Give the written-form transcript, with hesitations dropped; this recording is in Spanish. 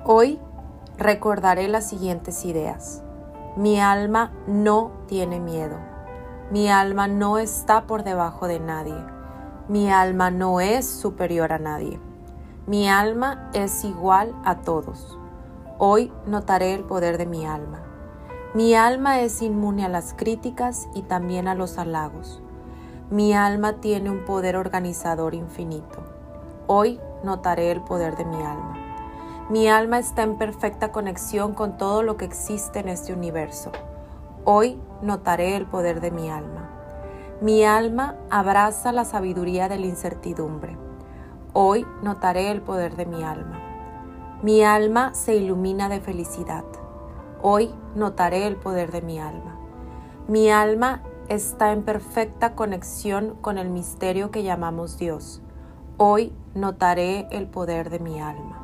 Hoy recordaré las siguientes ideas. Mi alma no tiene miedo. Mi alma no está por debajo de nadie. Mi alma no es superior a nadie. Mi alma es igual a todos. Hoy notaré el poder de mi alma. Mi alma es inmune a las críticas y también a los halagos. Mi alma tiene un poder organizador infinito. Hoy notaré el poder de mi alma. Mi alma está en perfecta conexión con todo lo que existe en este universo. Hoy notaré el poder de mi alma. Mi alma abraza la sabiduría de la incertidumbre. Hoy notaré el poder de mi alma. Mi alma se ilumina de felicidad. Hoy notaré el poder de mi alma. Mi alma está en perfecta conexión con el misterio que llamamos Dios. Hoy notaré el poder de mi alma.